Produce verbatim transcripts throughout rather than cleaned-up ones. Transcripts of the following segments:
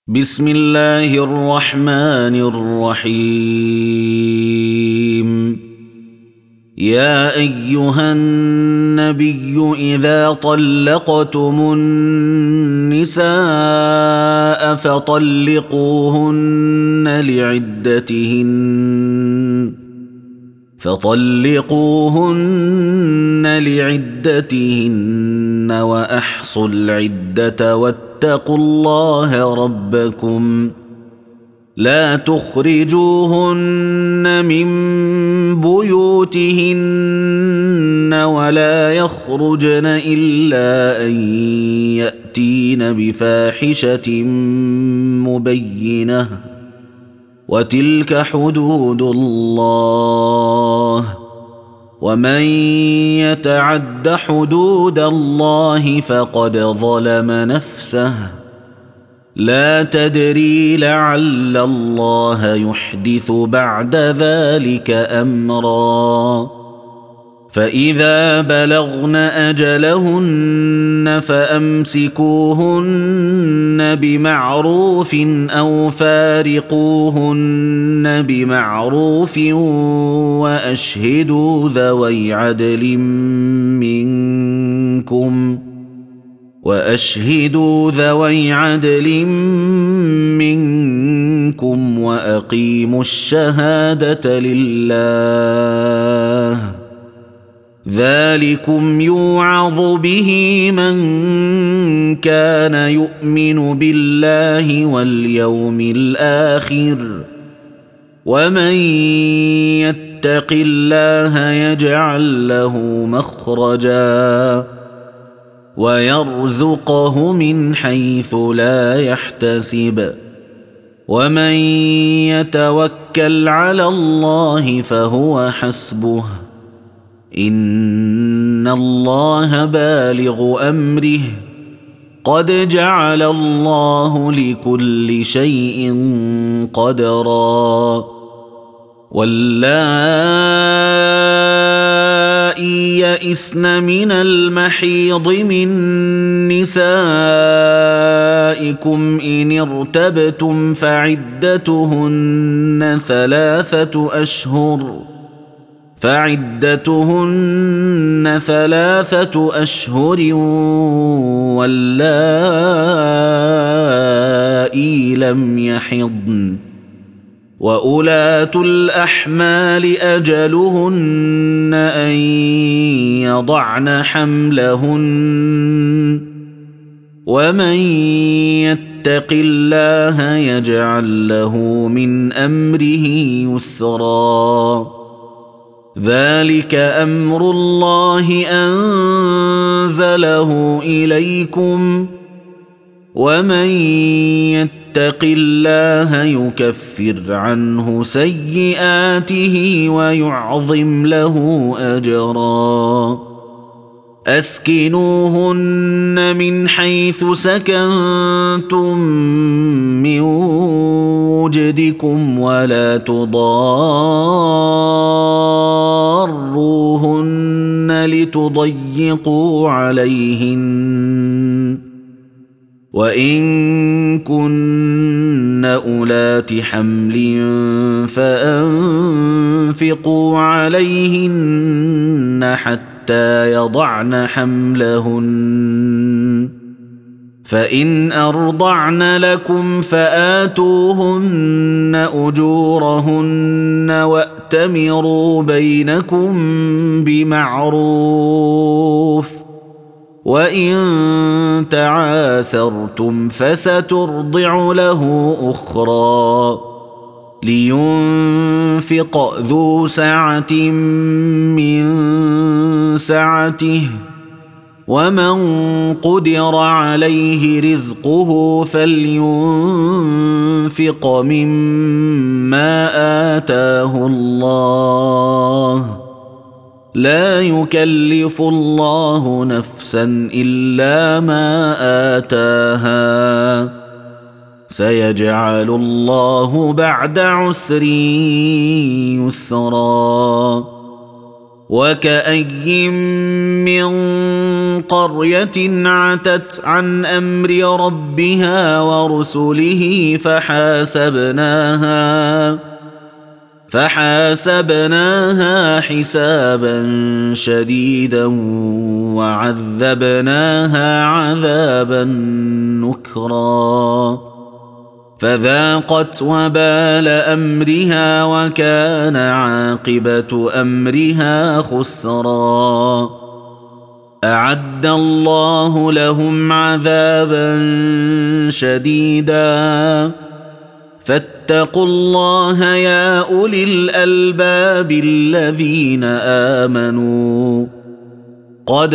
بسم الله الرحمن الرحيم. يا أيها النبي إذا طلقتم النساء فطلقوهن لعدتهن فطلقوهن لعدتهن وأحصوا العدة واتقوا الله ربكم لا تخرجوهن من بيوتهن ولا يخرجن إلا أن يأتين بفاحشة مبينة وتلك حدود الله ومن يتعد حدود الله فقد ظلم نفسه لا تدري لعل الله يحدث بعد ذلك أمرا فإذا بلغن أجلهن فأمسكوهن بمعروف أو فارقوهن بمعروف وأشهدوا ذوي عدل منكم وأشهدوا ذوي عدل منكم وأقيموا الشهادة لله ذلكم يوعظ به من كان يؤمن بالله واليوم الآخر ومن يتق الله يجعل له مخرجا ويرزقه من حيث لا يحتسب ومن يتوكل على الله فهو حسبه إن الله بالغ أمره قد جعل الله لكل شيء قدرا واللائي يئسن من المحيض من نسائكم إن ارتبتم فعدتهن ثلاثة أشهر فعدتهن ثلاثة أشهر واللائي لم يحضن وأولاة الأحمال أجلهن أن يضعن حملهن ومن يتق الله يجعل له من أمره يسرا ذلك أمر الله أنزله إليكم ومن يتق الله يكفر عنه سيئاته ويعظم له أجرا أسكنوهن من حيث سكنتم من وجدكم ولا تضاروهن لتضيقوا عليهن وإن كن أولات حمل فأنفقوا عليهن حتى يضعن حملهن فإن أرضعن لكم فآتوهن أجورهن وأتمروا بينكم بمعروف وإن تعاسرتم فسترضع له أخرى لينفق ذو سعة من سعته ومن قدر عليه رزقه فلينفق مما آتاه الله لا يكلف الله نفسا إلا ما آتاها سيجعل الله بعد عسر يسرا وكأي من قرية عتت عن أمر ربها ورسله فحاسبناها فحاسبناها حسابا شديدا وعذبناها عذابا نكرا فذاقت وبال أمرها وكان عاقبة أمرها خسرا أعد الله لهم عذابا شديدا فاتقوا الله يا أولي الألباب الذين آمنوا قد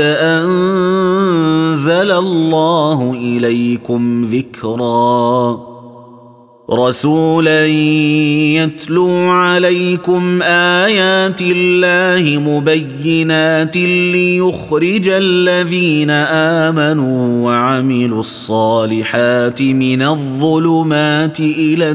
أنزل الله إليكم ذكرا رسولا يتلو عليكم آيات الله مبينات ليخرج الذين آمنوا وعملوا الصالحات من الظلمات إلى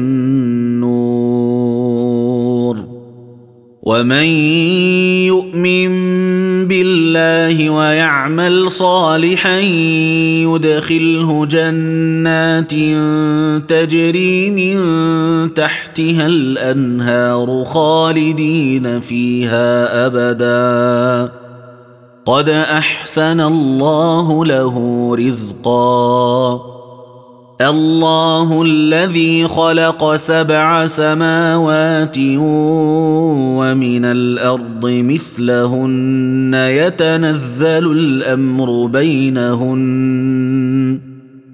النور ومن يؤمن بالله ويعمل صالحا يدخله جنات تجري من تحتها الأنهار خالدين فيها أبدا قد أحسن الله له رزقا الله الذي خلق سبع سماوات ومن الأرض مثلهن يتنزل الأمر بينهن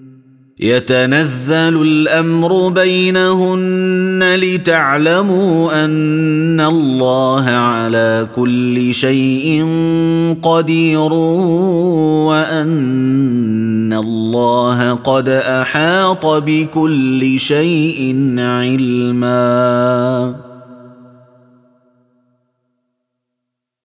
يتنزل الأمر بينهن لتعلموا أن الله على كل شيء قدير وأن الله قد أحاط بكل شيء علما